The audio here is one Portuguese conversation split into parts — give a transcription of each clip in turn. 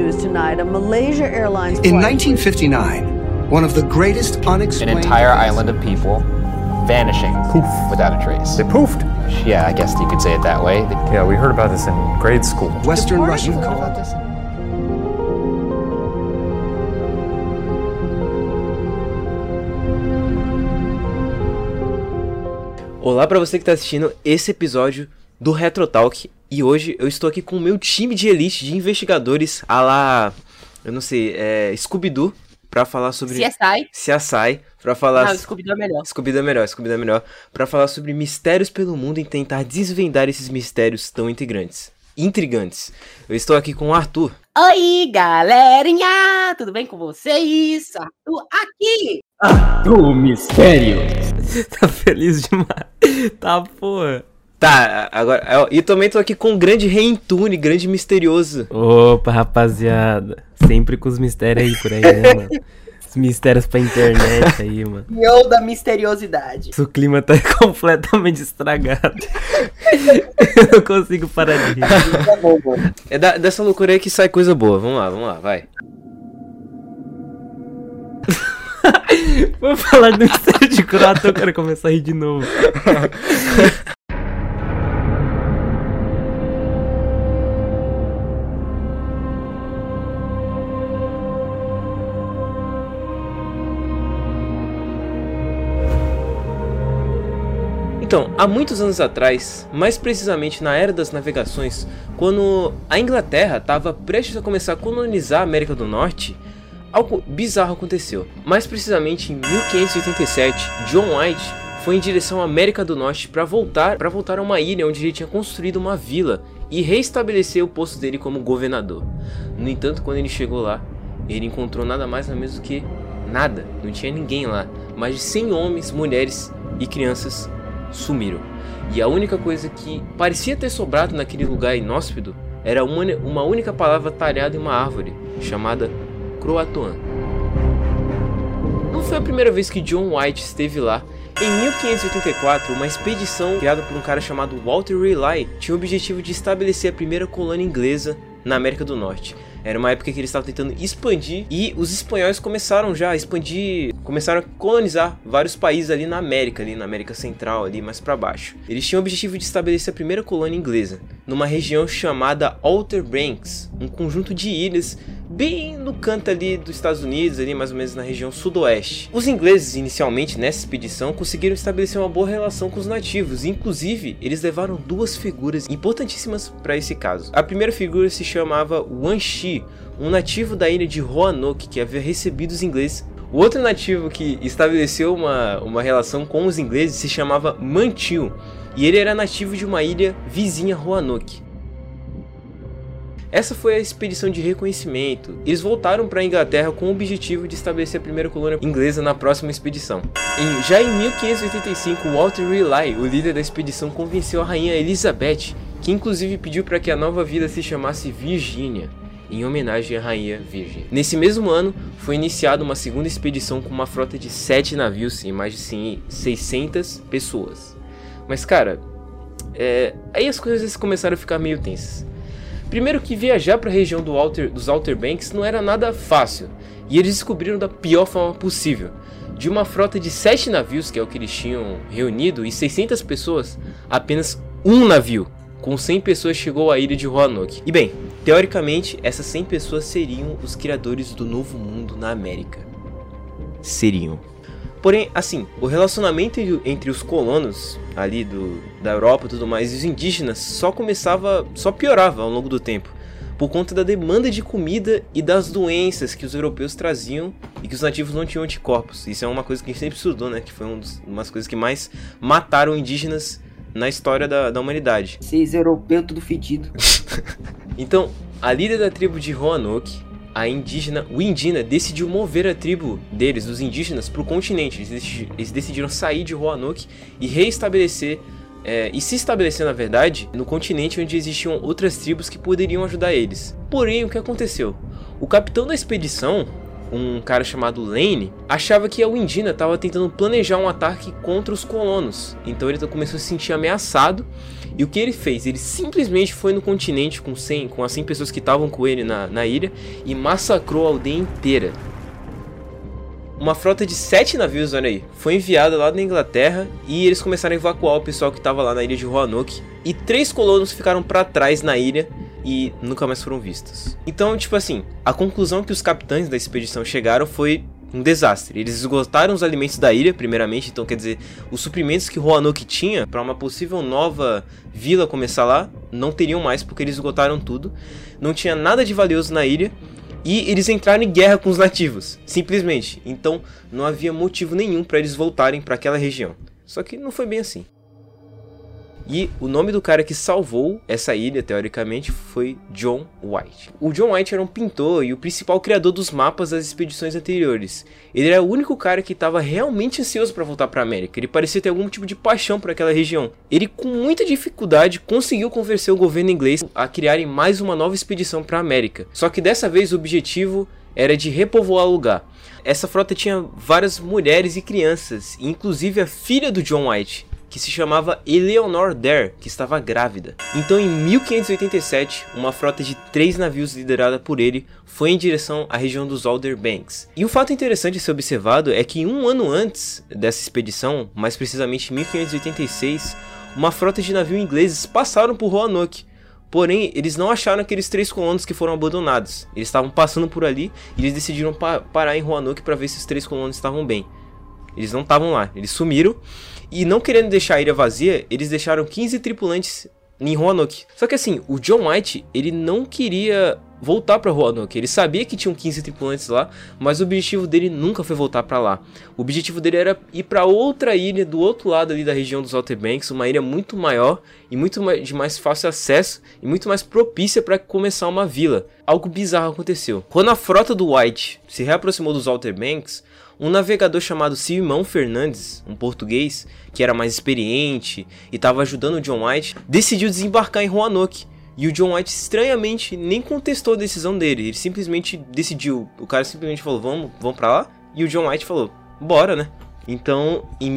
news tonight. A Malaysia Airlines In flight 1959, one of the greatest unexplained An entire island of people vanishing without a trace. They poofed. Yeah, I guess you could say it that way. Yeah, we heard about this in grade school. Western Russian Heard called about this? Olá pra você que tá assistindo esse episódio do Retro Talk. E hoje eu estou aqui com o meu time de elite de investigadores a lá, eu não sei, Scooby-Doo, pra falar sobre... CSI, pra falar... Não, Scooby-Doo é melhor. Scooby-Doo é melhor. Pra falar sobre mistérios pelo mundo e tentar desvendar esses mistérios tão intrigantes. Eu estou aqui com o Arthur. Oi, galerinha! Tudo bem com vocês? Arthur aqui! Do mistério. Tá feliz demais. Tá, porra. Tá, agora... E também tô aqui com o grande Reintune, grande misterioso. Opa, rapaziada. Sempre com os mistérios aí por aí, né, mano? Os mistérios pra internet aí, mano. Eu da misteriosidade. O clima tá completamente estragado. Eu não consigo parar de rir. Tá bom, mano. É dessa loucura aí que sai coisa boa. Vamos lá, vai. Vou falar do mistério de Croata, eu quero começar a rir de novo. Então, há muitos anos atrás, mais precisamente na era das navegações, quando a Inglaterra estava prestes a começar a colonizar a América do Norte, algo bizarro aconteceu. Mais precisamente em 1587, John White foi em direção à América do Norte para voltar a uma ilha onde ele tinha construído uma vila e reestabelecer o posto dele como governador. No entanto, quando ele chegou lá, ele encontrou nada mais nada menos do que nada, não tinha ninguém lá. Mais de 100 homens, mulheres e crianças sumiram. E a única coisa que parecia ter sobrado naquele lugar inóspito era uma única palavra talhada em uma árvore, chamada Croatoan. Não foi a primeira vez que John White esteve lá. Em 1584, uma expedição criada por um cara chamado Walter Raleigh tinha o objetivo de estabelecer a primeira colônia inglesa na América do Norte. Era uma época que eles estavam tentando expandir e os espanhóis começaram já a expandir, começaram a colonizar vários países ali na América Central, ali mais pra baixo. Eles tinham o objetivo de estabelecer a primeira colônia inglesa, numa região chamada Outer Banks, um conjunto de ilhas bem no canto ali dos Estados Unidos, ali mais ou menos na região sudoeste. Os ingleses, inicialmente nessa expedição, conseguiram estabelecer uma boa relação com os nativos, e inclusive eles levaram duas figuras importantíssimas para esse caso. A primeira figura se chamava Wan Shi, um nativo da ilha de Roanoke que havia recebido os ingleses. O outro nativo que estabeleceu uma relação com os ingleses se chamava Mantiu, e ele era nativo de uma ilha vizinha a Roanoke. Essa foi a expedição de reconhecimento. Eles voltaram para a Inglaterra com o objetivo de estabelecer a primeira colônia inglesa na próxima expedição. Já em 1585, Walter Raleigh, o líder da expedição, convenceu a rainha Elizabeth, que inclusive pediu para que a nova vila se chamasse Virgínia, em homenagem à rainha Virgem. Nesse mesmo ano, foi iniciada uma segunda expedição com uma frota de 7 navios e mais de 600 pessoas. Mas cara, aí as coisas começaram a ficar meio tensas. Primeiro que viajar para a região dos Outer Banks não era nada fácil, e eles descobriram da pior forma possível. De uma frota de 7 navios, que é o que eles tinham reunido, e 600 pessoas, apenas um navio com 100 pessoas chegou à ilha de Roanoke. E bem, teoricamente, essas 100 pessoas seriam os criadores do novo mundo na América. Seriam. Porém, assim, o relacionamento entre os colonos ali da Europa e tudo mais e os indígenas só piorava ao longo do tempo, por conta da demanda de comida e das doenças que os europeus traziam e que os nativos não tinham anticorpos. Isso é uma coisa que a gente sempre estudou, né? Que foi umas coisas que mais mataram indígenas na história da humanidade. Esses europeus tudo fedido. Então, a líder da tribo de Roanoke, o indígena, decidiu mover a tribo deles, dos indígenas, para o continente. Eles decidiram sair de Roanoke e reestabelecer, se estabelecer, na verdade, no continente onde existiam outras tribos que poderiam ajudar eles. Porém, o que aconteceu? O capitão da expedição um cara chamado Lane, achava que a Windina estava tentando planejar um ataque contra os colonos. Então ele começou a se sentir ameaçado. E o que ele fez? Ele simplesmente foi no continente com as 100 pessoas que estavam com ele na ilha e massacrou a aldeia inteira. Uma frota de 7 navios, olha aí, foi enviada lá na Inglaterra e eles começaram a evacuar o pessoal que estava lá na ilha de Roanoke. E 3 colonos ficaram para trás na ilha e nunca mais foram vistos. Então, tipo assim, a conclusão que os capitães da expedição chegaram foi um desastre. Eles esgotaram os alimentos da ilha, primeiramente, então quer dizer, os suprimentos que Roanoke tinha para uma possível nova vila começar lá, não teriam mais porque eles esgotaram tudo. Não tinha nada de valioso na ilha. E eles entraram em guerra com os nativos, simplesmente. Então não havia motivo nenhum para eles voltarem para aquela região. Só que não foi bem assim. E o nome do cara que salvou essa ilha, teoricamente, foi John White. O John White era um pintor e o principal criador dos mapas das expedições anteriores. Ele era o único cara que estava realmente ansioso para voltar para a América. Ele parecia ter algum tipo de paixão por aquela região. Ele, com muita dificuldade, conseguiu convencer o governo inglês a criarem mais uma nova expedição para a América. Só que dessa vez o objetivo era de repovoar o lugar. Essa frota tinha várias mulheres e crianças, inclusive a filha do John White, que se chamava Eleanor Dare, que estava grávida. Então em 1587, uma frota de 3 navios liderada por ele foi em direção à região dos Outer Banks. E um fato interessante a ser observado é que um ano antes dessa expedição, mais precisamente em 1586, uma frota de navios ingleses passaram por Roanoke. Porém, eles não acharam aqueles 3 colonos que foram abandonados. Eles estavam passando por ali e eles decidiram parar em Roanoke para ver se os 3 colonos estavam bem. Eles não estavam lá, eles sumiram. E não querendo deixar a ilha vazia, eles deixaram 15 tripulantes em Roanoke. Só que assim, o John White, ele não queria voltar para Roanoke. Ele sabia que tinham 15 tripulantes lá, mas o objetivo dele nunca foi voltar para lá. O objetivo dele era ir para outra ilha do outro lado ali da região dos Outer Banks, uma ilha muito maior e de mais fácil acesso e muito mais propícia para começar uma vila. Algo bizarro aconteceu. Quando a frota do White se reaproximou dos Outer Banks, um navegador chamado Simão Fernandes, um português, que era mais experiente e estava ajudando o John White, decidiu desembarcar em Roanoke. E o John White, estranhamente, nem contestou a decisão dele. Ele simplesmente decidiu, o cara simplesmente falou, vamos pra lá? E o John White falou, bora, né? Então, em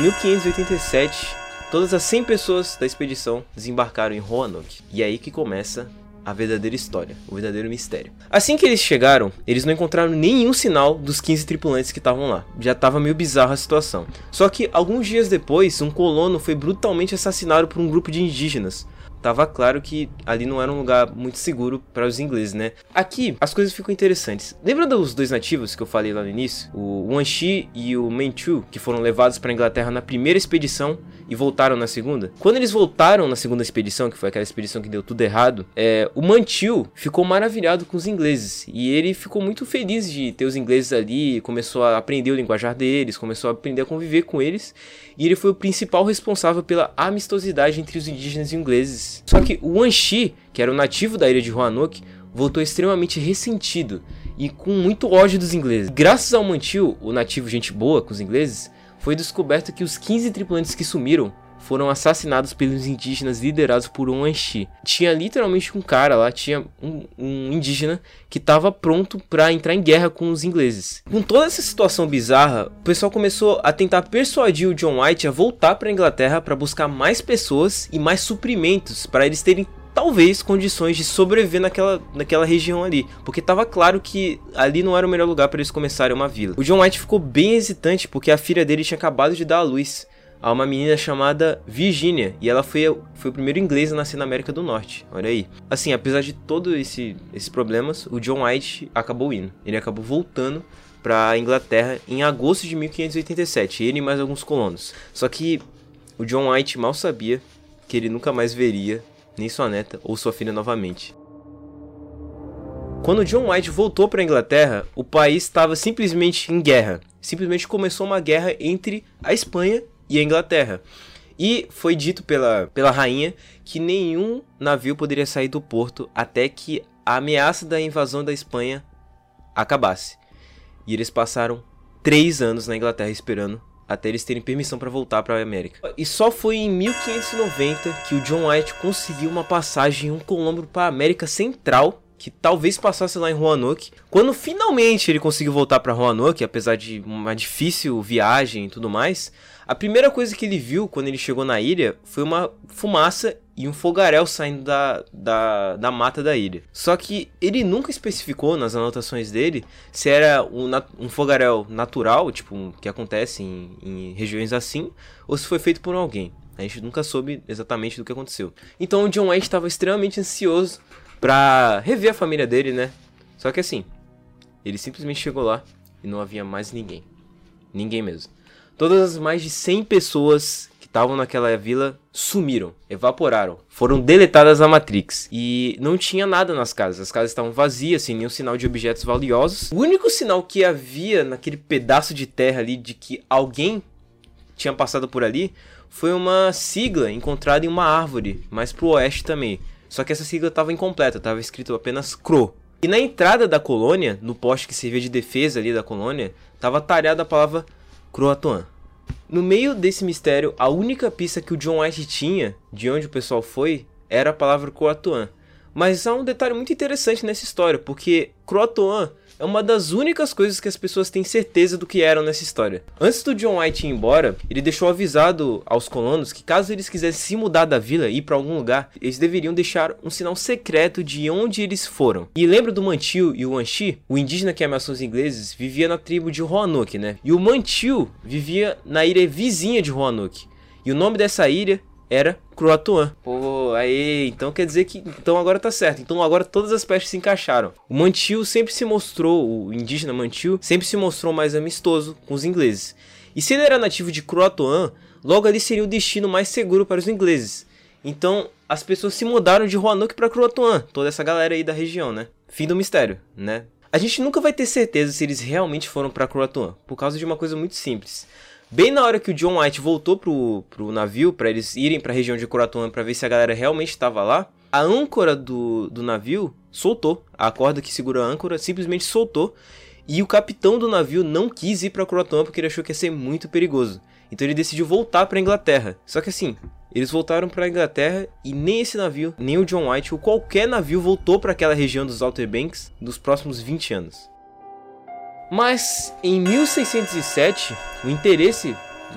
1587, todas as 100 pessoas da expedição desembarcaram em Roanoke. E é aí que começa a verdadeira história, o verdadeiro mistério. Assim que eles chegaram, eles não encontraram nenhum sinal dos 15 tripulantes que estavam lá. Já estava meio bizarra a situação. Só que alguns dias depois, um colono foi brutalmente assassinado por um grupo de indígenas. Tava claro que ali não era um lugar muito seguro para os ingleses, né? Aqui, as coisas ficam interessantes. Lembra dos 2 nativos que eu falei lá no início? O Wanshi e o Manchu, que foram levados para a Inglaterra na primeira expedição e voltaram na segunda? Quando eles voltaram na segunda expedição, que foi aquela expedição que deu tudo errado, o Manchu ficou maravilhado com os ingleses. E ele ficou muito feliz de ter os ingleses ali, começou a aprender o linguajar deles, começou a aprender a conviver com eles. E ele foi o principal responsável pela amistosidade entre os indígenas e ingleses. Só que o Wanshi, que era o nativo da ilha de Roanoke, voltou extremamente ressentido e com muito ódio dos ingleses. Graças ao Manchu, o nativo gente boa com os ingleses, foi descoberto que os 15 tripulantes que sumiram foram assassinados pelos indígenas liderados por um Wanshi. Tinha literalmente um cara lá, tinha um indígena que estava pronto para entrar em guerra com os ingleses. Com toda essa situação bizarra, o pessoal começou a tentar persuadir o John White a voltar para a Inglaterra para buscar mais pessoas e mais suprimentos para eles terem talvez condições de sobreviver naquela região ali, porque estava claro que ali não era o melhor lugar para eles começarem uma vila. O John White ficou bem hesitante porque a filha dele tinha acabado de dar à luz a uma menina chamada Virginia, e ela foi o primeiro inglês a nascer na América do Norte, olha aí. Assim, apesar de todos esses problemas, o John White acabou indo, ele acabou voltando para a Inglaterra em agosto de 1587, ele e mais alguns colonos. Só que o John White mal sabia que ele nunca mais veria nem sua neta ou sua filha novamente. Quando o John White voltou para a Inglaterra, o país estava simplesmente em guerra. Simplesmente começou uma guerra entre a Espanha e a Inglaterra. E foi dito pela rainha que nenhum navio poderia sair do porto até que a ameaça da invasão da Espanha acabasse. E eles passaram 3 anos na Inglaterra esperando até eles terem permissão para voltar para a América. E só foi em 1590 que o John White conseguiu uma passagem em um colombo para a América Central que talvez passasse lá em Roanoke. Quando finalmente ele conseguiu voltar pra Roanoke, apesar de uma difícil viagem e tudo mais, a primeira coisa que ele viu quando ele chegou na ilha foi uma fumaça e um fogaréu saindo da mata da ilha. Só que ele nunca especificou nas anotações dele se era um fogaréu natural, tipo, que acontece em regiões assim, ou se foi feito por alguém. A gente nunca soube exatamente do que aconteceu. Então o John White estava extremamente ansioso pra rever a família dele, né? Só que assim, ele simplesmente chegou lá e não havia mais ninguém. Ninguém mesmo. Todas as mais de 100 pessoas que estavam naquela vila sumiram, evaporaram, foram deletadas da Matrix. E não tinha nada nas casas, as casas estavam vazias, sem nenhum sinal de objetos valiosos. O único sinal que havia naquele pedaço de terra ali de que alguém tinha passado por ali foi uma sigla encontrada em uma árvore, mais pro oeste também. Só que essa sigla estava incompleta, estava escrito apenas CRO. E na entrada da colônia, no poste que servia de defesa ali da colônia, estava talhada a palavra Croatoan. No meio desse mistério, a única pista que o John White tinha de onde o pessoal foi era a palavra Croatoan. Mas há um detalhe muito interessante nessa história, porque Croatoan é uma das únicas coisas que as pessoas têm certeza do que eram nessa história. Antes do John White ir embora, ele deixou avisado aos colonos que caso eles quisessem se mudar da vila e ir para algum lugar, eles deveriam deixar um sinal secreto de onde eles foram. E lembra do Mantil e o Wanshi? O indígena que ameaçou os ingleses vivia na tribo de Roanoke, né? E o Mantil vivia na ilha vizinha de Roanoke. E o nome dessa ilha era Croatoan. Pô, aí, então quer dizer que então agora tá certo. Então agora todas as peças se encaixaram. O Mantil sempre se mostrou, o indígena Mantil, sempre se mostrou mais amistoso com os ingleses. E se ele era nativo de Croatoan, logo ali seria o destino mais seguro para os ingleses. Então as pessoas se mudaram de Roanoke para Croatoan, toda essa galera aí da região, né? Fim do mistério, né? A gente nunca vai ter certeza se eles realmente foram para Croatoan, por causa de uma coisa muito simples. Bem na hora que o John White voltou pro navio, para eles irem para a região de Croatoan para ver se a galera realmente estava lá, a âncora do navio soltou. A corda que segura a âncora simplesmente soltou. E o capitão do navio não quis ir para Croatoan porque ele achou que ia ser muito perigoso. Então ele decidiu voltar para Inglaterra. Só que assim, eles voltaram para Inglaterra e nem esse navio, nem o John White ou qualquer navio voltou para aquela região dos Outer Banks nos próximos 20 anos. Mas em 1607, o interesse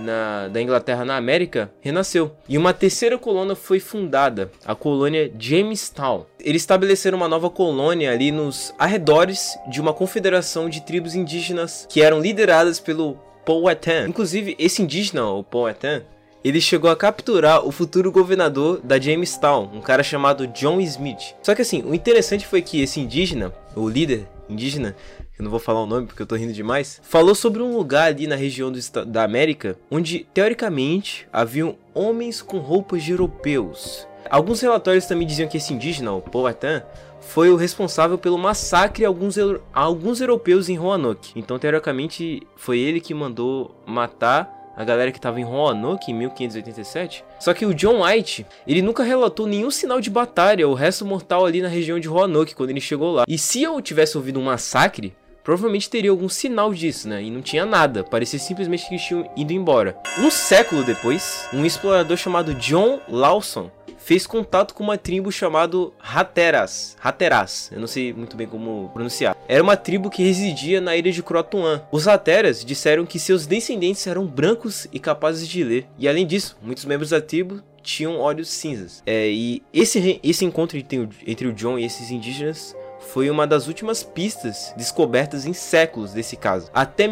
da Inglaterra na América renasceu. E uma terceira colônia foi fundada, a colônia Jamestown. Eles estabeleceram uma nova colônia ali nos arredores de uma confederação de tribos indígenas que eram lideradas pelo Powhatan. Inclusive, esse indígena, o Powhatan, ele chegou a capturar o futuro governador da Jamestown, um cara chamado John Smith. Só que assim, o interessante foi que esse indígena, o líder indígena, eu não vou falar o nome porque eu tô rindo demais, falou sobre um lugar ali na região da América, onde teoricamente haviam homens com roupas de europeus. Alguns relatórios também diziam que esse indígena, o Powhatan, foi o responsável pelo massacre a alguns europeus em Roanoke. Então teoricamente foi ele que mandou matar a galera que estava em Roanoke em 1587. Só que o John White, ele nunca relatou nenhum sinal de batalha ou resto mortal ali na região de Roanoke quando ele chegou lá. E se eu tivesse ouvido um massacre, provavelmente teria algum sinal disso, né? E não tinha nada, parecia simplesmente que eles tinham ido embora. Um século depois, um explorador chamado John Lawson fez contato com uma tribo chamada Hatteras, eu não sei muito bem como pronunciar. Era uma tribo que residia na ilha de Croatoan. Os Hatteras disseram que seus descendentes eram brancos e capazes de ler. E além disso, muitos membros da tribo tinham olhos cinzas. E esse encontro entre o John e esses indígenas foi uma das últimas pistas descobertas em séculos desse caso. Até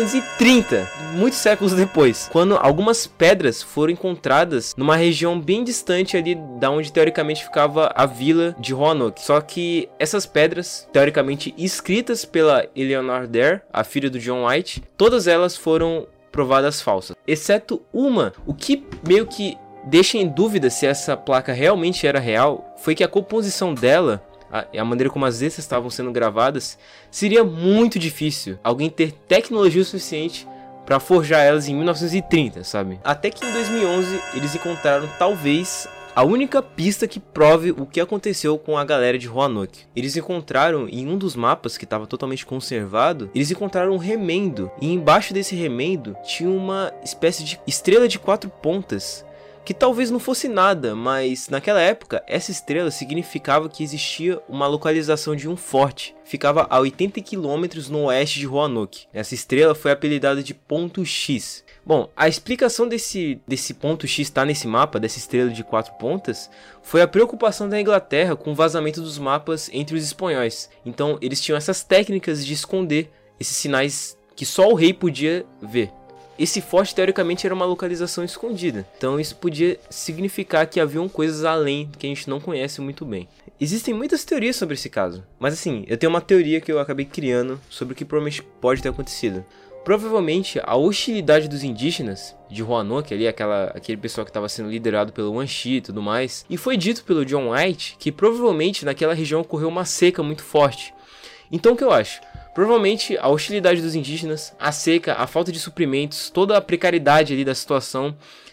1930, muitos séculos depois, quando algumas pedras foram encontradas numa região bem distante ali da onde teoricamente ficava a vila de Roanoke. Só que essas pedras, teoricamente escritas pela Eleanor Dare, a filha do John White, todas elas foram provadas falsas, exceto uma. O que meio que deixa em dúvida se essa placa realmente era real foi que a composição dela, a maneira como as letras estavam sendo gravadas, seria muito difícil alguém ter tecnologia suficiente para forjar elas em 1930, sabe? Até que em 2011 eles encontraram talvez a única pista que prove o que aconteceu com a galera de Roanoke. Eles encontraram em um dos mapas que estava totalmente conservado, eles encontraram um remendo, e embaixo desse remendo tinha uma espécie de estrela de 4 pontas que talvez não fosse nada, mas naquela época essa estrela significava que existia uma localização de um forte. Ficava a 80 km no oeste de Roanoke. Essa estrela foi apelidada de ponto X. Bom, a explicação desse ponto X estar nesse mapa, dessa estrela de 4 pontas, foi a preocupação da Inglaterra com o vazamento dos mapas entre os espanhóis. Então eles tinham essas técnicas de esconder esses sinais que só o rei podia ver. Esse forte teoricamente era uma localização escondida, então isso podia significar que haviam coisas além que a gente não conhece muito bem. Existem muitas teorias sobre esse caso, mas assim, eu tenho uma teoria que eu acabei criando sobre o que provavelmente pode ter acontecido. Provavelmente a hostilidade dos indígenas de Roanoke, ali, aquele pessoal que estava sendo liderado pelo Wanshi e tudo mais, e foi dito pelo John White que provavelmente naquela região ocorreu uma seca muito forte. Então o que eu acho? Provavelmente a hostilidade dos indígenas, a seca, a falta de suprimentos, toda a precariedade ali da situação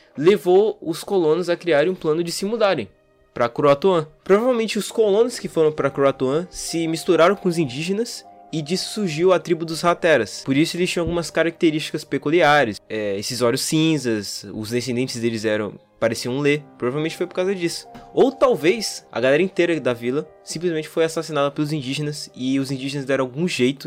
levou os colonos a criarem um plano de se mudarem para Croatoan. Provavelmente os colonos que foram para Croatoan se misturaram com os indígenas e disso surgiu a tribo dos Hateras. Por isso eles tinham algumas características peculiares, esses olhos cinzas, os descendentes deles pareciam Lê, provavelmente foi por causa disso. Ou talvez a galera inteira da vila simplesmente foi assassinada pelos indígenas e os indígenas deram algum jeito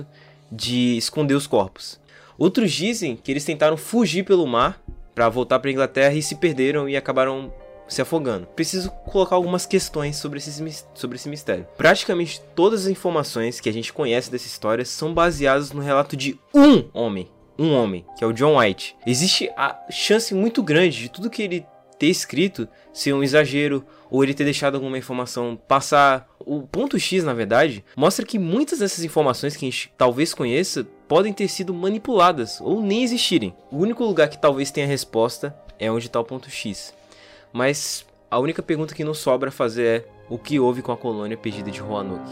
de esconder os corpos. Outros dizem que eles tentaram fugir pelo mar para voltar para a Inglaterra e se perderam e acabaram se afogando. Preciso colocar algumas questões sobre esse mistério. Praticamente todas as informações que a gente conhece dessa história são baseadas no relato de um homem, que é o John White. Existe a chance muito grande de tudo que ele ter escrito ser um exagero ou ele ter deixado alguma informação passar. O ponto X, na verdade, mostra que muitas dessas informações que a gente talvez conheça podem ter sido manipuladas ou nem existirem. O único lugar que talvez tenha resposta é onde está o ponto X. Mas a única pergunta que nos sobra fazer é: o que houve com a colônia perdida de Roanoke?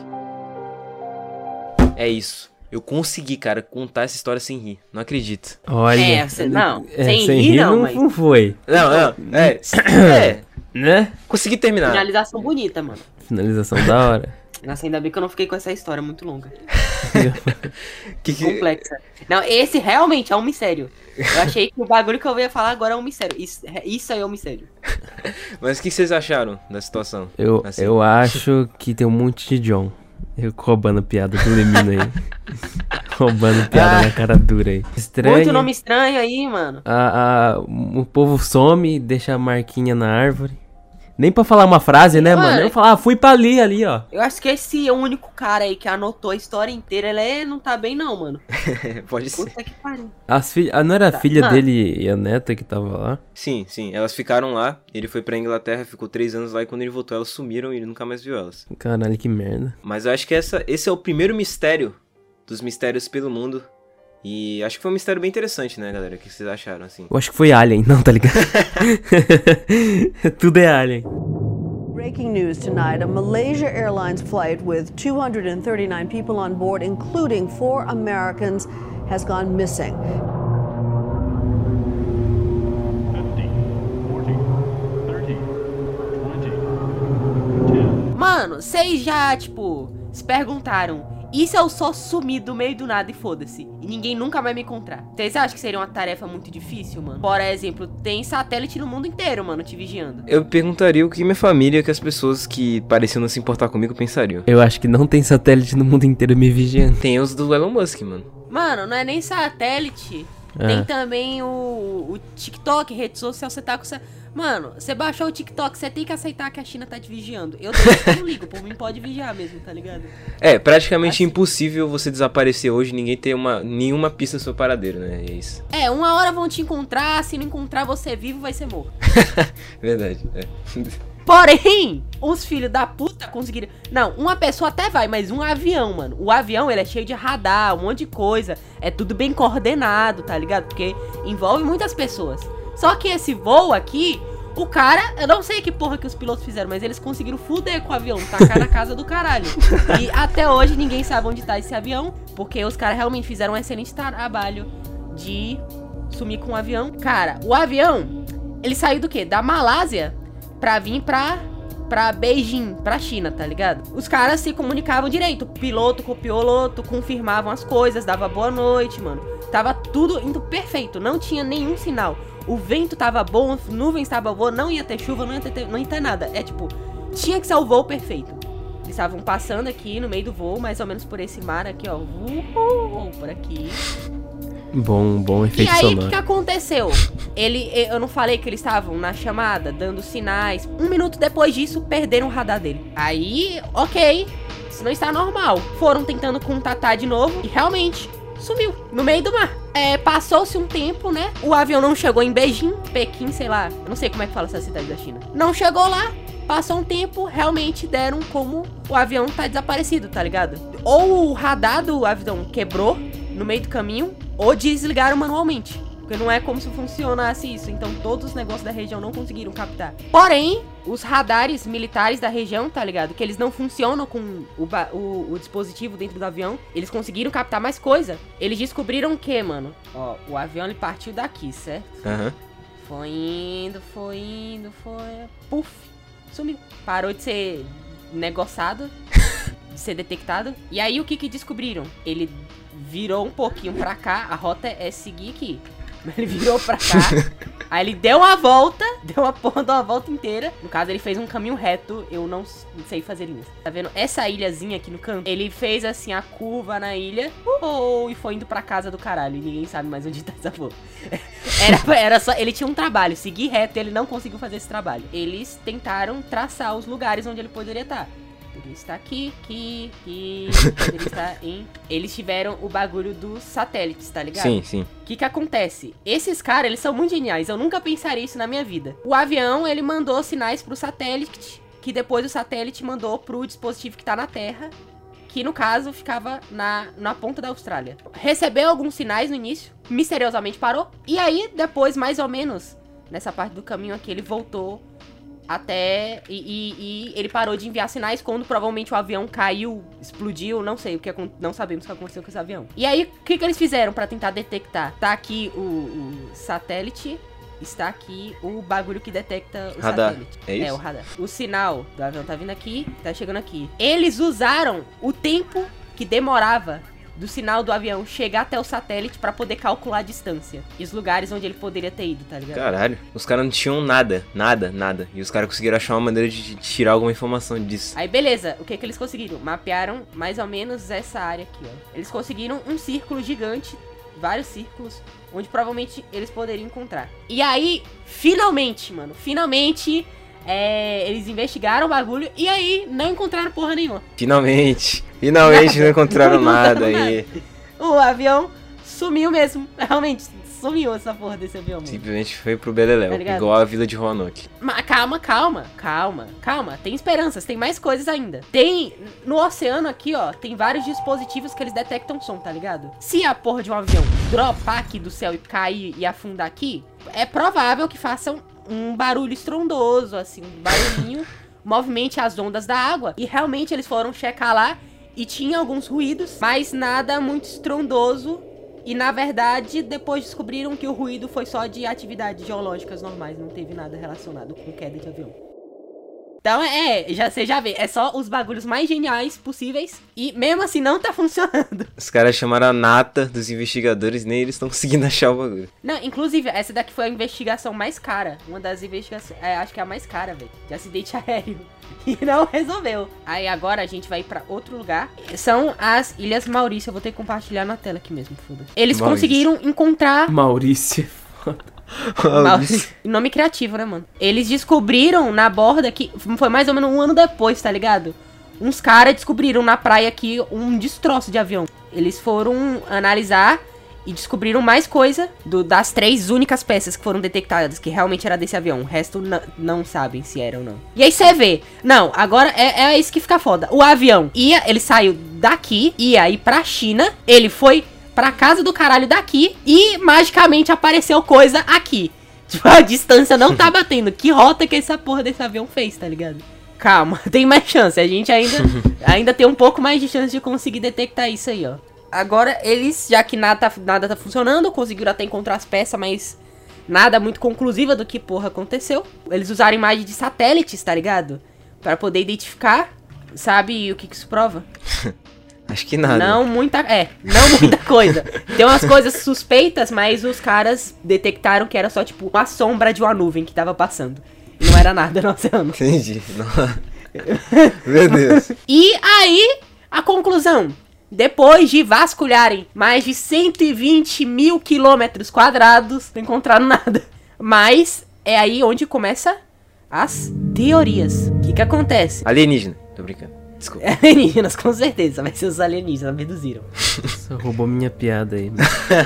É isso. Eu consegui, cara, contar essa história sem rir. Não acredito. Olha. Sem rir não, mas... não foi. Não. Né? Consegui terminar. Finalização bonita, mano. Finalização da hora. Nossa, ainda bem que eu não fiquei com essa história muito longa. Que... Complexa. Não, esse realmente é um mistério. Eu achei que o bagulho que eu ia falar agora é um mistério. Isso aí é um mistério. Mas o que vocês acharam da situação? Eu acho que tem um monte de John. Eu roubando piada do Lemino aí. Roubando piada na cara dura aí. Estranho. Muito nome estranho aí, mano. O povo some, deixa a marquinha na árvore. Nem pra falar uma frase, né, mano? Eu falar, fui pra ali, ó. Eu acho que esse é o único cara aí que anotou a história inteira. Ele não tá bem não, mano. Pode ser. Puta que pariu. Não era a filha dele e a neta que tava lá? Sim. Elas ficaram lá. Ele foi pra Inglaterra, ficou 3 anos lá. E quando ele voltou, elas sumiram e ele nunca mais viu elas. Caralho, que merda. Mas eu acho que esse é o primeiro mistério dos mistérios pelo mundo. E acho que foi um mistério bem interessante, né, galera? O que vocês acharam, assim? Eu acho que foi Alien, não, tá ligado? Tudo é Alien. Breaking news tonight, a Malaysia Airlines flight with 239 people on board, including 4 Americans, has gone missing. 50, 40, 30, 20, 10. Mano, vocês já, se perguntaram... E se eu só sumir do meio do nada e foda-se? E ninguém nunca vai me encontrar? Vocês acham que seria uma tarefa muito difícil, mano? Por exemplo, tem satélite no mundo inteiro, mano, te vigiando. Eu perguntaria o que minha família, que as pessoas que pareciam não se importar comigo pensariam. Eu acho que não tem satélite no mundo inteiro me vigiando. Tem os do Elon Musk, mano. Mano, não é nem satélite. Tem também o TikTok, rede social, você tá com... Mano, você baixou o TikTok, você tem que aceitar que a China tá te vigiando. Eu não ligo, por mim pode vigiar mesmo, tá ligado? É praticamente impossível você desaparecer hoje, ninguém ter nenhuma pista do seu paradeiro, né? É isso. Uma hora vão te encontrar, se não encontrar você vivo, vai ser morto. Verdade, Porém, os filhos da puta conseguiram... Não, uma pessoa até vai, mas um avião, mano. O avião, ele é cheio de radar, um monte de coisa. É tudo bem coordenado, tá ligado? Porque envolve muitas pessoas. Só que esse voo aqui, o cara... Eu não sei que porra que os pilotos fizeram, mas eles conseguiram fuder com o avião, tacar na casa do caralho. E até hoje ninguém sabe onde tá esse avião, porque os caras realmente fizeram um excelente trabalho de sumir com o avião. Cara, o avião, ele saiu do quê? Da Malásia pra vir pra pra Beijing, pra China, tá ligado? Os caras se comunicavam direito, o piloto com o piloto, confirmavam as coisas, dava boa noite, mano. Tava tudo indo perfeito, não tinha nenhum sinal. O vento tava bom, as nuvens estavam boas, não ia ter chuva, não ia ter nada. É tipo, tinha que ser o voo perfeito. Eles estavam passando aqui no meio do voo, mais ou menos por esse mar aqui, ó. Por aqui. Bom efeito sonoro. E aí, sonoro. o que aconteceu? Eu não falei que eles estavam na chamada, dando sinais. 1 minuto depois disso, perderam o radar dele. Aí, ok, isso não está normal. Foram tentando contatar de novo e realmente sumiu no meio do mar. Passou-se um tempo, né? O avião não chegou em Beijing, Pequim, sei lá. Eu não sei como é que fala essa cidade da China. Não chegou lá. Passou um tempo, realmente deram como o avião tá desaparecido, tá ligado? Ou o radar do avião quebrou no meio do caminho, ou desligaram manualmente. Porque não é como se funcionasse isso. Então todos os negócios da região não conseguiram captar. Porém, os radares militares da região, tá ligado? Que eles não funcionam com o dispositivo dentro do avião. Eles conseguiram captar mais coisa. Eles descobriram o que, mano? Ó, o avião ele partiu daqui, certo? Aham. Foi indo. Puf. Sumiu. Parou de ser negociado, de ser detectado. E aí o que descobriram? Ele virou um pouquinho pra cá, a rota é seguir aqui. Ele virou pra cá, aí ele deu uma volta, deu uma volta inteira. No caso, ele fez um caminho reto, eu não sei fazer linhas. Tá vendo? Essa ilhazinha aqui no canto, ele fez assim a curva na ilha, e foi indo pra casa do caralho. E ninguém sabe mais onde tá essa porra. Era só, ele tinha um trabalho, seguir reto, e ele não conseguiu fazer esse trabalho. Eles tentaram traçar os lugares onde ele poderia estar. Poderia estar aqui, poderia estar em... Eles tiveram o bagulho dos satélites, tá ligado? Sim. O que acontece? Esses caras, eles são muito geniais. Eu nunca pensaria isso na minha vida. O avião, ele mandou sinais pro satélite, que depois o satélite mandou pro dispositivo que tá na Terra, que no caso ficava na ponta da Austrália. Recebeu alguns sinais no início, misteriosamente parou. E aí, depois, mais ou menos, nessa parte do caminho aqui, ele voltou até... E ele parou de enviar sinais quando provavelmente o avião caiu, explodiu, não sei, não sabemos o que aconteceu com esse avião. E aí, o que eles fizeram pra tentar detectar? Tá aqui o satélite, está aqui o bagulho que detecta o radar. Satélite. É isso? É, o radar. O sinal do avião tá vindo aqui, tá chegando aqui. Eles usaram o tempo que demorava do sinal do avião chegar até o satélite pra poder calcular a distância e os lugares onde ele poderia ter ido, tá ligado? Caralho, os caras não tinham nada. E os caras conseguiram achar uma maneira de tirar alguma informação disso. Aí beleza, o que eles conseguiram? Mapearam mais ou menos essa área aqui, ó. Eles conseguiram um círculo gigante, vários círculos, onde provavelmente eles poderiam encontrar. E aí, finalmente, eles investigaram o bagulho e aí não encontraram porra nenhuma. Finalmente não encontraram nada aí. O avião sumiu mesmo. Realmente, sumiu essa porra desse avião, mano. Simplesmente foi pro Beleléu, Tá ligado? igual a vila de Roanoke. Mas calma. Tem esperanças, tem mais coisas ainda. Tem, no oceano aqui, ó, tem vários dispositivos que eles detectam som, tá ligado? Se a porra de um avião dropar aqui do céu e cair e afundar aqui, é provável que façam um barulho estrondoso, assim, um barulhinho, movimente as ondas da água. E realmente eles foram checar lá e tinha alguns ruídos, mas nada muito estrondoso. E na verdade, depois descobriram que o ruído foi só de atividades geológicas normais, não teve nada relacionado com queda de avião. Então você já vê, é só os bagulhos mais geniais possíveis e mesmo assim não tá funcionando. Os caras chamaram a nata dos investigadores, nem eles estão conseguindo achar o bagulho. Não, inclusive, essa daqui foi a investigação mais cara. Uma das investigações, acho que é a mais cara, velho, de acidente aéreo. E não resolveu. Aí agora a gente vai pra outro lugar. São as Ilhas Maurício. Eu vou ter que compartilhar na tela aqui mesmo, foda-se. Eles conseguiram encontrar... Maurício, foda. Nome criativo, né, mano? Eles descobriram na borda que foi mais ou menos 1 ano depois, tá ligado? Uns caras descobriram na praia aqui um destroço de avião. Eles foram analisar e descobriram mais coisa das 3 únicas peças que foram detectadas, que realmente era desse avião. O resto não sabem se era ou não. E aí você vê, não, agora é isso que fica foda. O avião ele saiu daqui, ia ir pra China, ele foi pra casa do caralho daqui e magicamente apareceu coisa aqui. Tipo, a distância não tá batendo. Que rota que essa porra desse avião fez, tá ligado? Calma, tem mais chance. A gente ainda tem um pouco mais de chance de conseguir detectar isso aí, ó. Agora eles, já que nada tá funcionando, conseguiram até encontrar as peças, mas nada muito conclusiva do que porra aconteceu. Eles usaram imagem de satélites, tá ligado? pra poder identificar. Sabe o que isso prova? Acho que nada. Não muita coisa. Tem umas coisas suspeitas, mas os caras detectaram que era só, tipo, uma sombra de uma nuvem que tava passando. E não era nada no oceano. Entendi. Meu Deus. E aí, a conclusão. Depois de vasculharem mais de 120 mil quilômetros quadrados, não encontraram nada. Mas é aí onde começa as teorias. O que acontece? Alienígena. Tô brincando. Desculpa. Alienígenas, com certeza. Vai ser os alienígenas, abduziram. Só roubou minha piada aí.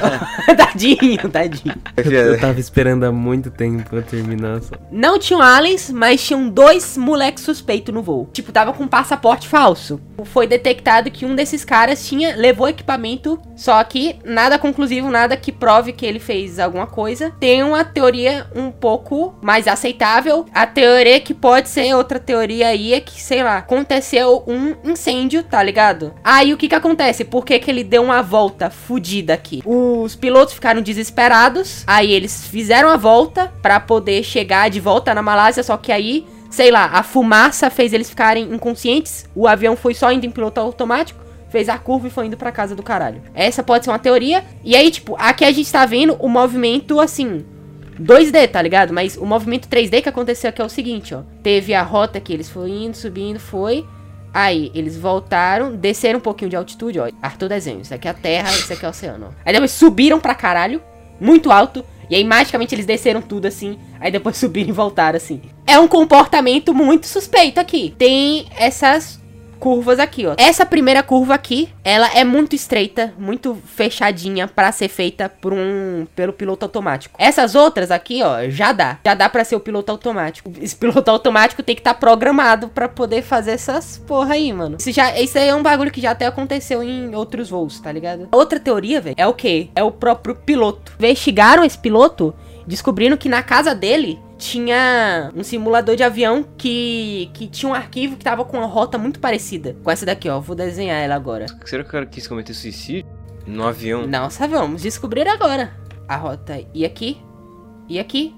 Tadinho. Eu tava esperando há muito tempo pra terminar só. Não tinham aliens, mas tinham 2 moleques suspeitos no voo. Tipo, tava com um passaporte falso. Foi detectado que um desses caras levou equipamento, só que nada conclusivo, nada que prove que ele fez alguma coisa. Tem uma teoria um pouco mais aceitável. A teoria que pode ser outra teoria aí é que, sei lá, aconteceu um incêndio, tá ligado? Aí o que acontece? Por que ele deu uma volta fudida aqui? Os pilotos ficaram desesperados, aí eles fizeram a volta pra poder chegar de volta na Malásia, só que aí, sei lá, a fumaça fez eles ficarem inconscientes, o avião foi só indo em piloto automático, fez a curva e foi indo pra casa do caralho. Essa pode ser uma teoria, e aí, tipo, aqui a gente tá vendo o movimento, assim, 2D, tá ligado? Mas o movimento 3D que aconteceu aqui é o seguinte, ó. Teve a rota que eles foram indo, subindo, foi... Aí, eles voltaram, desceram um pouquinho de altitude, ó. Arthur desenho, isso aqui é a terra, isso aqui é o oceano, ó. Aí depois subiram pra caralho, muito alto. E aí, magicamente, eles desceram tudo assim. Aí depois subiram e voltaram assim. É um comportamento muito suspeito aqui. Tem essas curvas aqui, ó. Essa primeira curva aqui, ela é muito estreita, muito fechadinha pra ser feita pelo piloto automático. Essas outras aqui, ó, já dá pra ser o piloto automático. Esse piloto automático tem que estar programado pra poder fazer essas porra aí, mano. Isso aí é um bagulho que já até aconteceu em outros voos, tá ligado? Outra teoria, velho, é o quê? É o próprio piloto. Investigaram esse piloto, descobrindo que na casa dele tinha um simulador de avião que tinha um arquivo que tava com uma rota muito parecida com essa daqui, ó. Vou desenhar ela agora. Será que o cara quis cometer suicídio no avião? Não sabemos, descobrir agora. A rota ia aqui, e aqui.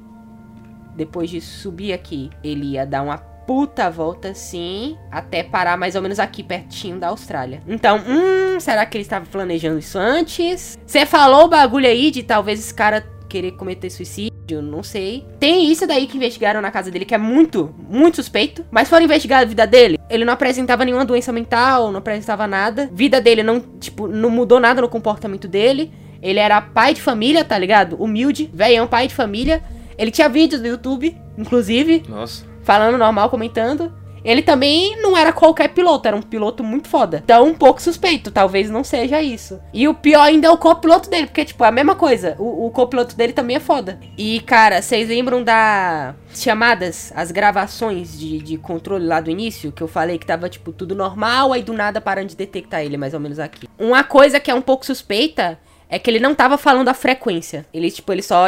Depois de subir aqui, ele ia dar uma puta volta assim, até parar mais ou menos aqui, pertinho da Austrália. Então, será que ele estava planejando isso antes? Você falou o bagulho aí de talvez esse cara querer cometer suicídio, não sei. Tem isso daí que investigaram na casa dele, que é muito, muito suspeito. Mas foram investigar a vida dele. Ele não apresentava nenhuma doença mental, não apresentava nada. Vida dele não mudou nada no comportamento dele. Ele era pai de família, tá ligado? Humilde, velhão, pai de família. Ele tinha vídeos no YouTube, inclusive. Nossa. Falando normal, comentando. Ele também não era qualquer piloto, era um piloto muito foda. Então, um pouco suspeito, talvez não seja isso. E o pior ainda é o copiloto dele, porque, tipo, é a mesma coisa. O copiloto dele também é foda. E, cara, vocês lembram das chamadas, as gravações de controle lá do início? Que eu falei que tava, tipo, tudo normal, aí do nada parando de detectar ele, mais ou menos aqui. Uma coisa que é um pouco suspeita é que ele não tava falando a frequência. Ele só,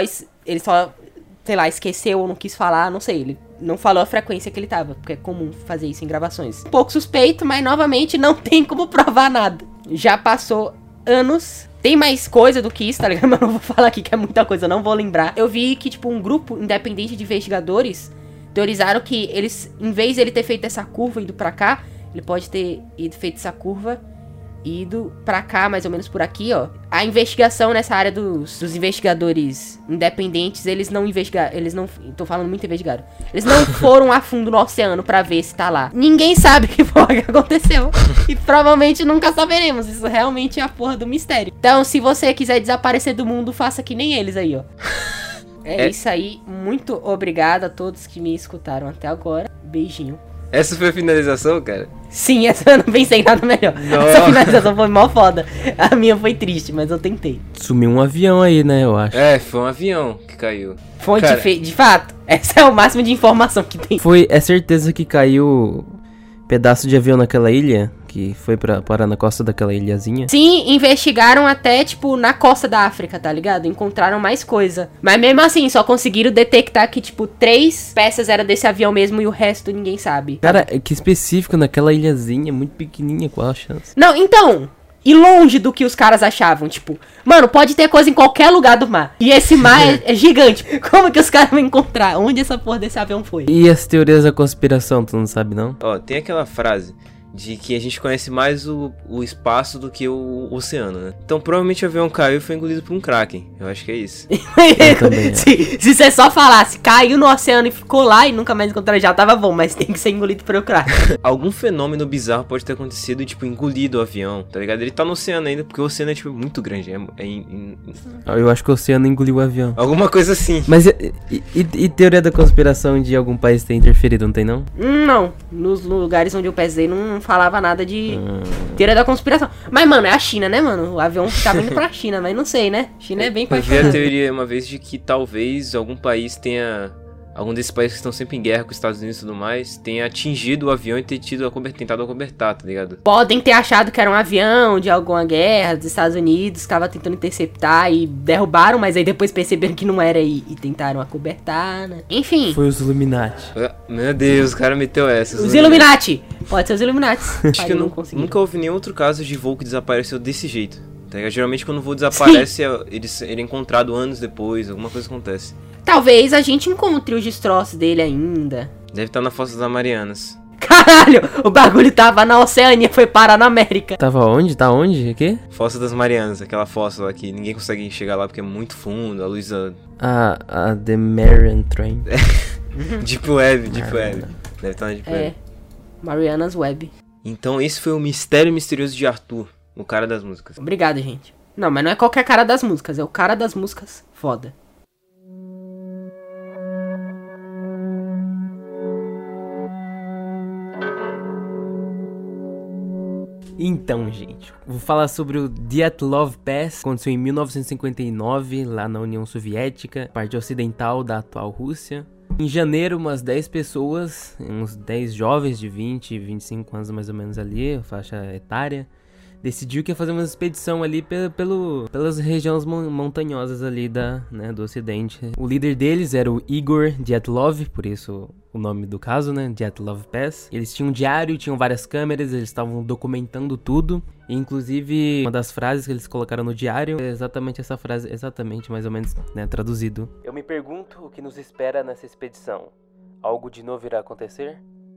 sei lá, esqueceu ou não quis falar, não sei, ele não falou a frequência que ele tava, porque é comum fazer isso em gravações. Um pouco suspeito, mas novamente não tem como provar nada. Já passou anos, tem mais coisa do que isso, tá ligado? Mas eu não vou falar aqui que é muita coisa, eu não vou lembrar. Eu vi que, tipo, um grupo independente de investigadores teorizaram que eles, em vez de ele ter feito essa curva indo pra cá, ele pode ter feito essa curva ido pra cá, mais ou menos por aqui, ó. A investigação nessa área dos investigadores independentes, eles não tô falando muito investigado. Eles não foram a fundo no oceano pra ver se tá lá. Ninguém sabe o que foi que aconteceu. E provavelmente nunca saberemos. Isso realmente é a porra do mistério. Então, se você quiser desaparecer do mundo, faça que nem eles aí, ó. É isso aí. Muito obrigado a todos que me escutaram até agora. Beijinho. Essa foi a finalização, cara? Sim, essa eu não pensei em nada melhor. Nossa. Essa finalização foi mó foda. A minha foi triste, mas eu tentei. Sumiu um avião aí, né, eu acho. É, foi um avião que caiu. Foi de fato. Essa é o máximo de informação que tem. É certeza que caiu pedaço de avião naquela ilha? Que foi parar na costa daquela ilhazinha? Sim, investigaram até, tipo, na costa da África, tá ligado? Encontraram mais coisa. Mas mesmo assim, só conseguiram detectar que, tipo, 3 peças eram desse avião mesmo e o resto ninguém sabe. Cara, que específico naquela ilhazinha, muito pequenininha, qual a chance? Não, então, e longe do que os caras achavam. Tipo, mano, pode ter coisa em qualquer lugar do mar. E esse mar é gigante. Como que os caras vão encontrar? Onde essa porra desse avião foi? E as teorias da conspiração, tu não sabe não? Ó, tem aquela frase de que a gente conhece mais o espaço do que o oceano, né? Então provavelmente o avião caiu e foi engolido por um kraken. Eu acho que é isso. também, se você só falasse, caiu no oceano e ficou lá e nunca mais encontrou, já tava bom, mas tem que ser engolido pelo kraken. Algum fenômeno bizarro pode ter acontecido, tipo, engolido o avião, tá ligado? Ele tá no oceano ainda, porque o oceano é, tipo, muito grande. Eu acho que o oceano engoliu o avião. Alguma coisa assim. Mas e teoria da conspiração de algum país ter interferido, não tem não? Não, nos lugares onde eu pesei não falava nada de teoria da conspiração. Mas, mano, é a China, né, mano? O avião tava indo pra China, mas não sei, né? China é bem Eu vi a apaixonada. teoria uma vez de que talvez algum país tenha... Algum desses países que estão sempre em guerra com os Estados Unidos e tudo mais, tenha atingido o avião e tentado acobertar, tá ligado? Podem ter achado que era um avião de alguma guerra dos Estados Unidos, estava tentando interceptar e derrubaram, mas aí depois perceberam que não era e tentaram acobertar, né? Enfim. Foi os Illuminati. Meu Deus, o cara meteu essa. Os Illuminati! Pode ser os Illuminati. Acho que eu nunca ouvi nenhum outro caso de voo que desapareceu desse jeito. Tá ligado? Geralmente quando o voo desaparece, ele é encontrado anos depois, alguma coisa acontece. Talvez a gente encontre os destroços dele ainda. Deve estar na Fossa das Marianas. Caralho! O bagulho tava na Oceania, foi parar na América. Tava onde? Tá onde? O quê? Fossa das Marianas, aquela fossa lá que ninguém consegue chegar lá porque é muito fundo, a luz... A The Marian Train. Deep Web. Deve estar na Deep Web. Marianas Web. Então esse foi o mistério misterioso de Arthur, o cara das músicas. Obrigado, gente. Não, mas não é qualquer cara das músicas, é o cara das músicas foda. Então, gente, vou falar sobre o Dyatlov Pass, que aconteceu em 1959, lá na União Soviética, parte ocidental da atual Rússia. Em janeiro, umas 10 pessoas, uns 10 jovens de 20, 25 anos mais ou menos ali, faixa etária, decidiu que ia fazer uma expedição ali pelas regiões montanhosas ali do ocidente. O líder deles era o Igor Dyatlov, por isso o nome do caso, né, Dyatlov Pass. Eles tinham um diário, tinham várias câmeras, eles estavam documentando tudo. E, inclusive, uma das frases que eles colocaram no diário é exatamente essa frase, exatamente, mais ou menos, né, traduzido. Eu me pergunto o que nos espera nessa expedição. Algo de novo irá acontecer?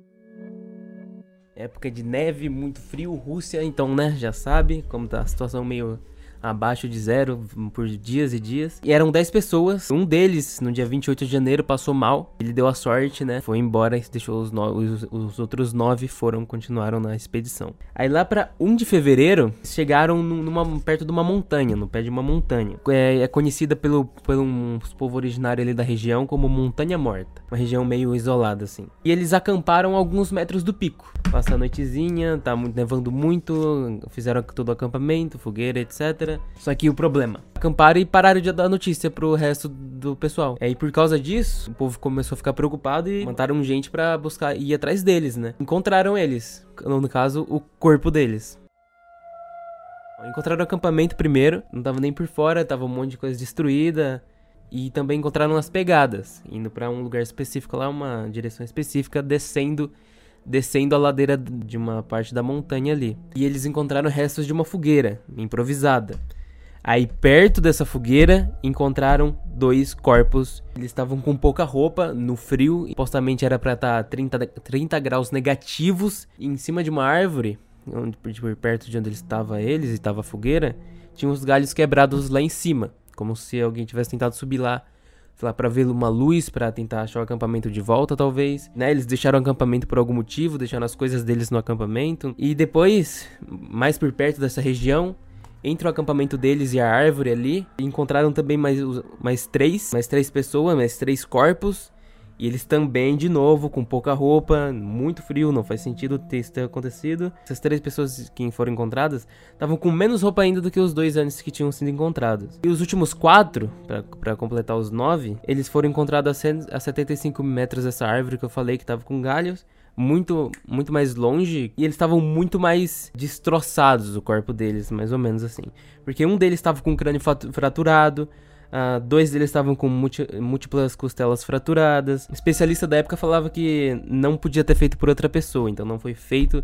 Época de neve, muito frio, Rússia, então, né, já sabe como tá a situação meio abaixo de zero por dias e dias. E eram 10 pessoas, um deles, no dia 28 de janeiro, passou mal. Ele deu a sorte, né, foi embora e deixou os outros 9 continuaram na expedição. Aí lá pra 1 de fevereiro, chegaram perto de uma montanha, no pé de uma montanha. É conhecida pelo povo originário ali da região como Montanha Morta. Uma região meio isolada, assim. E eles acamparam a alguns metros do pico. Passa a noitezinha, tá nevando muito, fizeram todo o acampamento, fogueira, etc. Só que o problema, acamparam e pararam de dar notícia pro resto do pessoal. E por causa disso, o povo começou a ficar preocupado e mandaram gente pra buscar, ir atrás deles, né? Encontraram eles, no caso, o corpo deles. Encontraram o acampamento primeiro, não tava nem por fora, tava um monte de coisa destruída. E também encontraram as pegadas, indo pra um lugar específico lá, uma direção específica, descendo a ladeira de uma parte da montanha ali. E eles encontraram restos de uma fogueira improvisada. Aí perto dessa fogueira encontraram 2 corpos. Eles estavam com pouca roupa, no frio, supostamente era pra estar 30 graus negativos. E em cima de uma árvore, perto de onde eles estava a fogueira, tinha uns galhos quebrados lá em cima, como se alguém tivesse tentado subir lá pra ver uma luz, pra tentar achar o acampamento de volta, talvez, né? Eles deixaram o acampamento por algum motivo, deixaram as coisas deles no acampamento. E depois, mais por perto dessa região, entre o acampamento deles e a árvore ali, encontraram também mais três pessoas, mais 3 corpos. E eles também, de novo, com pouca roupa, muito frio, não faz sentido isso ter acontecido. Essas 3 pessoas que foram encontradas estavam com menos roupa ainda do que os 2 antes que tinham sido encontrados. E os últimos 4, pra completar os 9, eles foram encontrados a 75 metros dessa árvore que eu falei que tava com galhos. Muito, muito mais longe, e eles estavam muito mais destroçados, o corpo deles, mais ou menos assim. Porque um deles estava com o crânio fraturado, 2 deles estavam com múltiplas costelas fraturadas. O especialista da época falava que não podia ter feito por outra pessoa, então não foi feito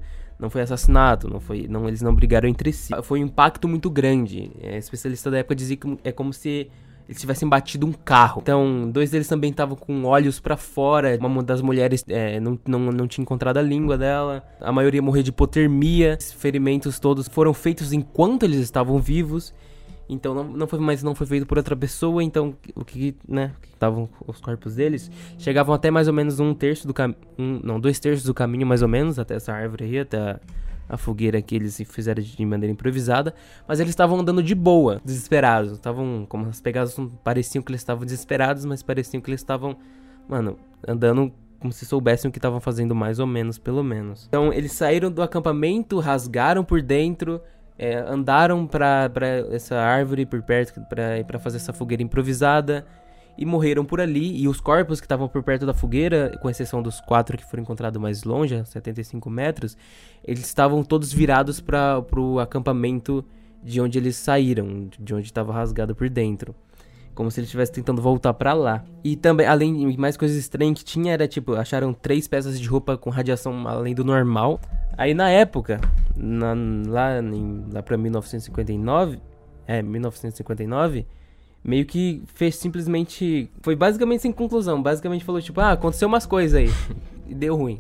Não foi assassinato, eles não brigaram entre si. Foi um impacto muito grande. Especialista da época dizia que é como se eles tivessem batido um carro. Então, 2 deles também estavam com olhos pra fora. Uma das mulheres não tinha encontrado a língua dela. A maioria morreu de hipotermia. Os ferimentos todos foram feitos enquanto eles estavam vivos. Então, não foi feito por outra pessoa. Então, estavam os corpos deles chegavam até mais ou menos 2/3 do caminho, mais ou menos, até essa árvore aí, até a fogueira que eles fizeram de maneira improvisada, mas eles estavam andando de boa, desesperados. Estavam, como as pegadas pareciam que eles estavam desesperados, mas pareciam que eles estavam, andando como se soubessem o que estavam fazendo, mais ou menos, pelo menos. Então, eles saíram do acampamento, rasgaram por dentro, andaram pra essa árvore por perto pra fazer essa fogueira improvisada e morreram por ali. E os corpos que estavam por perto da fogueira, com exceção dos 4 que foram encontrados mais longe, a 75 metros, eles estavam todos virados pro acampamento de onde eles saíram, de onde estava rasgado por dentro, como se eles estivessem tentando voltar pra lá. E também, além de mais coisas estranhas que tinha, era tipo, acharam 3 peças de roupa com radiação além do normal. Aí na época, lá pra 1959, meio que fez simplesmente, foi basicamente sem conclusão, basicamente falou tipo, aconteceu umas coisas aí, e deu ruim.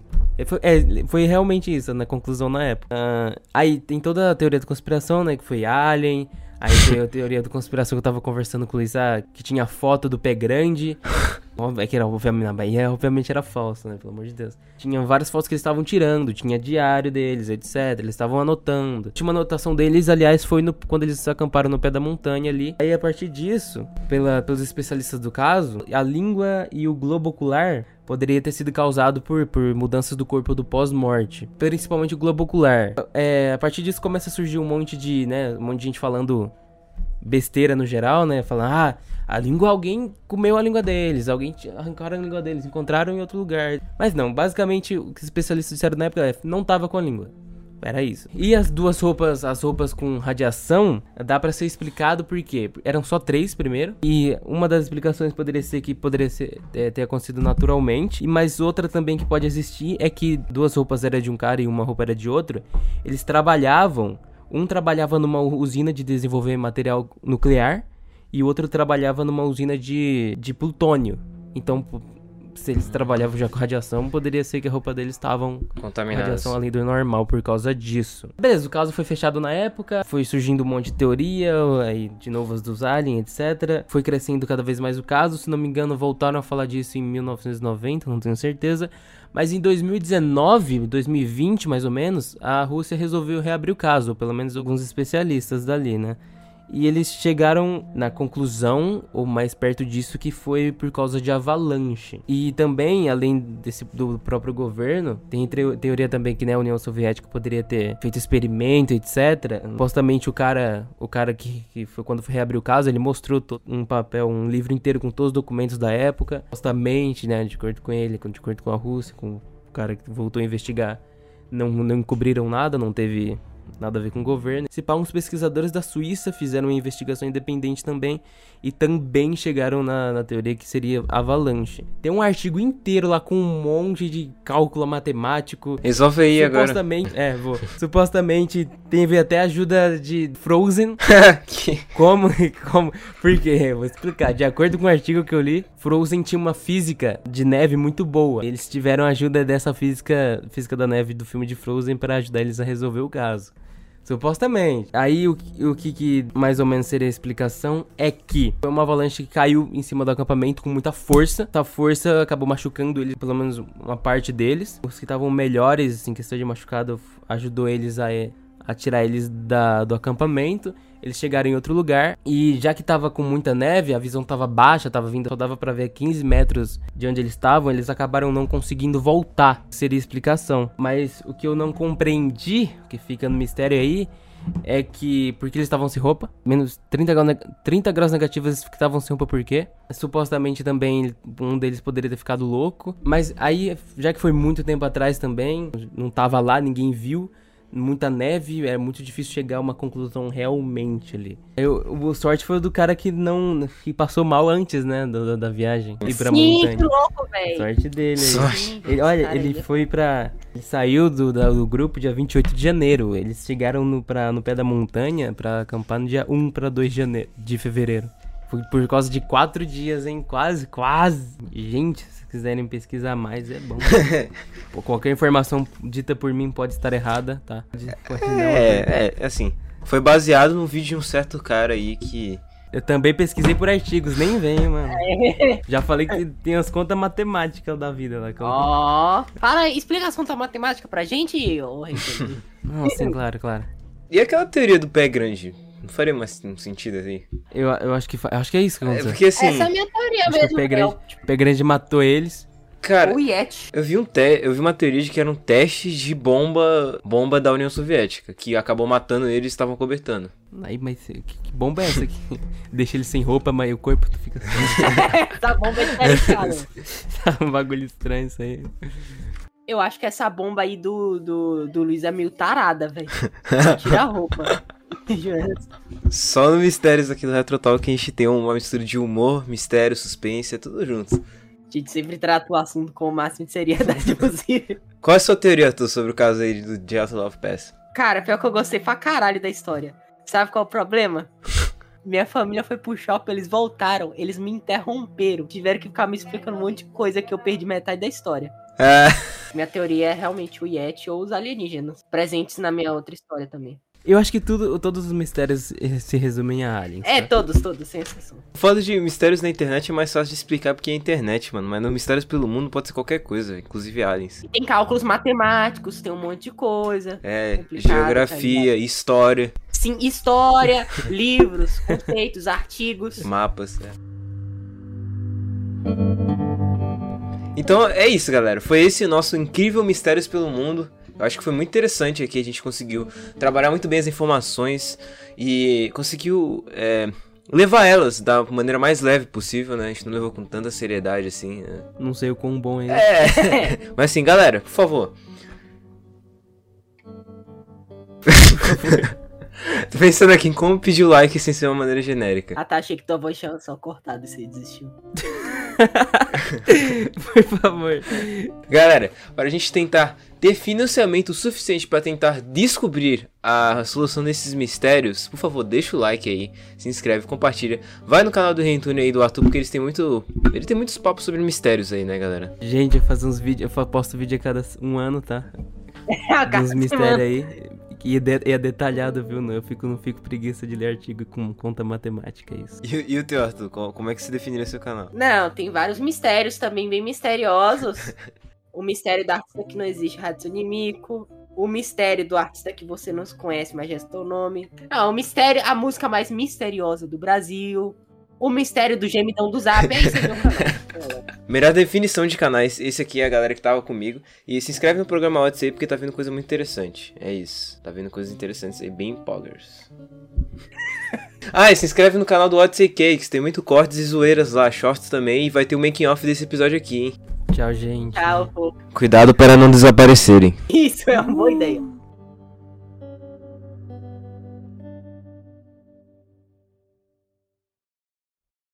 Foi realmente isso, na conclusão na época. Aí tem toda a teoria da conspiração, né, que foi Alien. Aí tem a teoria da conspiração que eu tava conversando com o Luiz, que tinha foto do pé grande. Que era, obviamente era falso, né? Pelo amor de Deus. Tinha várias fotos que eles estavam tirando, tinha diário deles, etc. Eles estavam anotando. Tinha uma anotação deles, aliás, foi quando eles acamparam no pé da montanha ali. Aí, a partir disso, pelos especialistas do caso, a língua e o globo ocular poderia ter sido causado por mudanças do corpo do pós-morte. Principalmente o globo ocular. A partir disso começa a surgir um monte de gente falando besteira no geral, né? Falando, a língua, alguém comeu a língua deles, alguém arrancaram a língua deles, encontraram em outro lugar. Mas não, basicamente o que os especialistas disseram na época não tava com a língua. Era isso. E as roupas com radiação, dá pra ser explicado porque eram só 3 primeiro. E uma das explicações poderia ter acontecido naturalmente. Mas outra também que pode existir é que 2 roupas eram de um cara e uma roupa era de outro. Eles trabalhavam, um trabalhava numa usina de desenvolver material nuclear e o outro trabalhava numa usina de plutônio. Então, se eles trabalhavam já com radiação, poderia ser que a roupa deles estavam contaminadas, radiação além do normal por causa disso. Beleza, o caso foi fechado na época, foi surgindo um monte de teoria, aí de novo as dos aliens, etc. Foi crescendo cada vez mais o caso, se não me engano voltaram a falar disso em 1990, não tenho certeza. Mas em 2019, 2020 mais ou menos, a Rússia resolveu reabrir o caso, ou pelo menos alguns especialistas dali, né? E eles chegaram na conclusão, ou mais perto disso, que foi por causa de avalanche. E também, além do próprio governo, tem teoria também que, né, a União Soviética poderia ter feito experimento, etc. Supostamente o cara que foi quando foi reabrir o caso, ele mostrou um livro inteiro com todos os documentos da época. Supostamente, né, de acordo com ele, de acordo com a Rússia, com o cara que voltou a investigar, não encobriram nada, não teve nada a ver com o governo. Uns pesquisadores da Suíça fizeram uma investigação independente também e também chegaram na teoria que seria avalanche. Tem um artigo inteiro lá com um monte de cálculo matemático. Resolve aí supostamente, agora. Supostamente teve até ajuda de Frozen. Como? Por quê? Vou explicar. De acordo com o artigo que eu li, Frozen tinha uma física de neve muito boa. Eles tiveram ajuda dessa física da neve do filme de Frozen para ajudar eles a resolver o caso. Supostamente. Aí o que mais ou menos seria a explicação é que foi uma avalanche que caiu em cima do acampamento com muita força. Essa força acabou machucando eles, pelo menos uma parte deles. Os que estavam melhores em questão de machucado ajudou eles a tirar eles do acampamento. Eles chegaram em outro lugar e já que tava com muita neve, a visão tava baixa, só dava pra ver 15 metros de onde eles estavam, eles acabaram não conseguindo voltar, seria a explicação. Mas o que eu não compreendi, que fica no mistério aí, é que porque eles estavam sem roupa, menos 30 graus negativos que estavam sem roupa por quê? Supostamente também um deles poderia ter ficado louco, mas aí, já que foi muito tempo atrás também, não tava lá, ninguém viu, muita neve, é muito difícil chegar a uma conclusão realmente ali. O sorte foi do cara que passou mal antes, né, da viagem. Ir pra montanha. Que louco, velho. Sorte dele. Sorte. Ele saiu do grupo dia 28 de janeiro. Eles chegaram no pé da montanha pra acampar no dia 1 para 2 de fevereiro. Foi por causa de 4 dias, hein? Quase. Gente, se quiserem pesquisar mais, é bom. Pô, qualquer informação dita por mim pode estar errada, tá? Assim, foi baseado no vídeo de um certo cara aí que... Eu também pesquisei por artigos, nem vem, mano. Já falei que tem as contas matemáticas da vida lá. Ó, fala aí, explica as contas matemáticas pra gente, ô Ricardo. Não, sim, claro. E aquela teoria do pé grande? Não faria mais sentido assim? Eu acho que é isso que aconteceu. Porque assim... Essa é a minha teoria Acho que mesmo. o pé grande matou eles. Cara, O Yeti. eu vi uma teoria de que era um teste de bomba da União Soviética, que acabou matando eles e estavam cobertando. Aí, mas que bomba é essa aqui? Deixa ele sem roupa, mas o corpo fica assim. Essa bomba é diferenciada. Um bagulho estranho isso aí. Eu acho que essa bomba aí do Luiz é meio tarada, velho. Tira a roupa. Só no Mistérios aqui do Retrotal que a gente tem uma mistura de humor, mistério, suspense, é tudo junto. A gente sempre trata o assunto com o máximo de seriedade possível. Qual é a sua teoria, Arthur, sobre o caso aí do The Outer Love Pass? Cara, pior que eu gostei pra caralho da história. Sabe qual é o problema? Minha família foi pro shopping, eles voltaram, eles me interromperam. Tiveram que ficar me explicando um monte de coisa que eu perdi metade da história. Minha teoria é realmente o Yeti ou os alienígenas, presentes na minha outra história também. Eu acho que todos os mistérios se resumem a aliens. É, tá? todos, sem exceção. O foda de mistérios na internet é mais fácil de explicar porque é internet, mano. Mas no Mistérios pelo Mundo pode ser qualquer coisa, inclusive aliens. E tem cálculos matemáticos, tem um monte de coisa. complicada, Geografia, história, Sim, história, livros, conceitos, artigos. mapas. Então é isso, galera. Foi esse o nosso incrível Mistérios pelo Mundo. Eu acho que foi muito interessante aqui, a gente conseguiu trabalhar muito bem as informações e conseguiu levar elas da maneira mais leve possível, né? A gente não levou com tanta seriedade assim, né? Não sei o quão bom é. Mas assim, galera, por favor. Tô pensando aqui em como pedir o like sem ser uma maneira genérica. Ah tá, achei que tua voz tinha só cortado e você desistiu. Por favor. Galera, para a gente tentar ter financiamento suficiente para tentar descobrir a solução desses mistérios, por favor, deixa o like aí, se inscreve, compartilha. Vai no canal do Reintune aí do Arthur, porque ele tem muitos papos sobre mistérios aí, né, galera? Gente, eu faço uns vídeos, eu posto vídeo a cada um ano, tá? Uns mistérios aí. E é detalhado, viu? Eu não fico preguiça de ler artigo com conta matemática, isso. E o teu, Arthur, como é que se definiria seu canal? Não, tem vários mistérios também bem misteriosos. O mistério da artista que não existe, Hatsune Miku. O mistério do artista que você não conhece, mas já é seu nome. O mistério, a música mais misteriosa do Brasil. O mistério do gemidão do Zap. É isso aí, meu canal. Melhor definição de canais, esse aqui é a galera que tava comigo. E se inscreve no programa Odyssey porque tá vindo coisa muito interessante. É isso, tá vindo coisas interessantes aí, bem poggers. E se inscreve no canal do Odyssey Cakes, tem muito cortes e zoeiras lá, shorts também. E vai ter o making off desse episódio aqui, hein. Tchau, gente. Tchau, pô. Cuidado para não desaparecerem. Isso é uma boa ideia.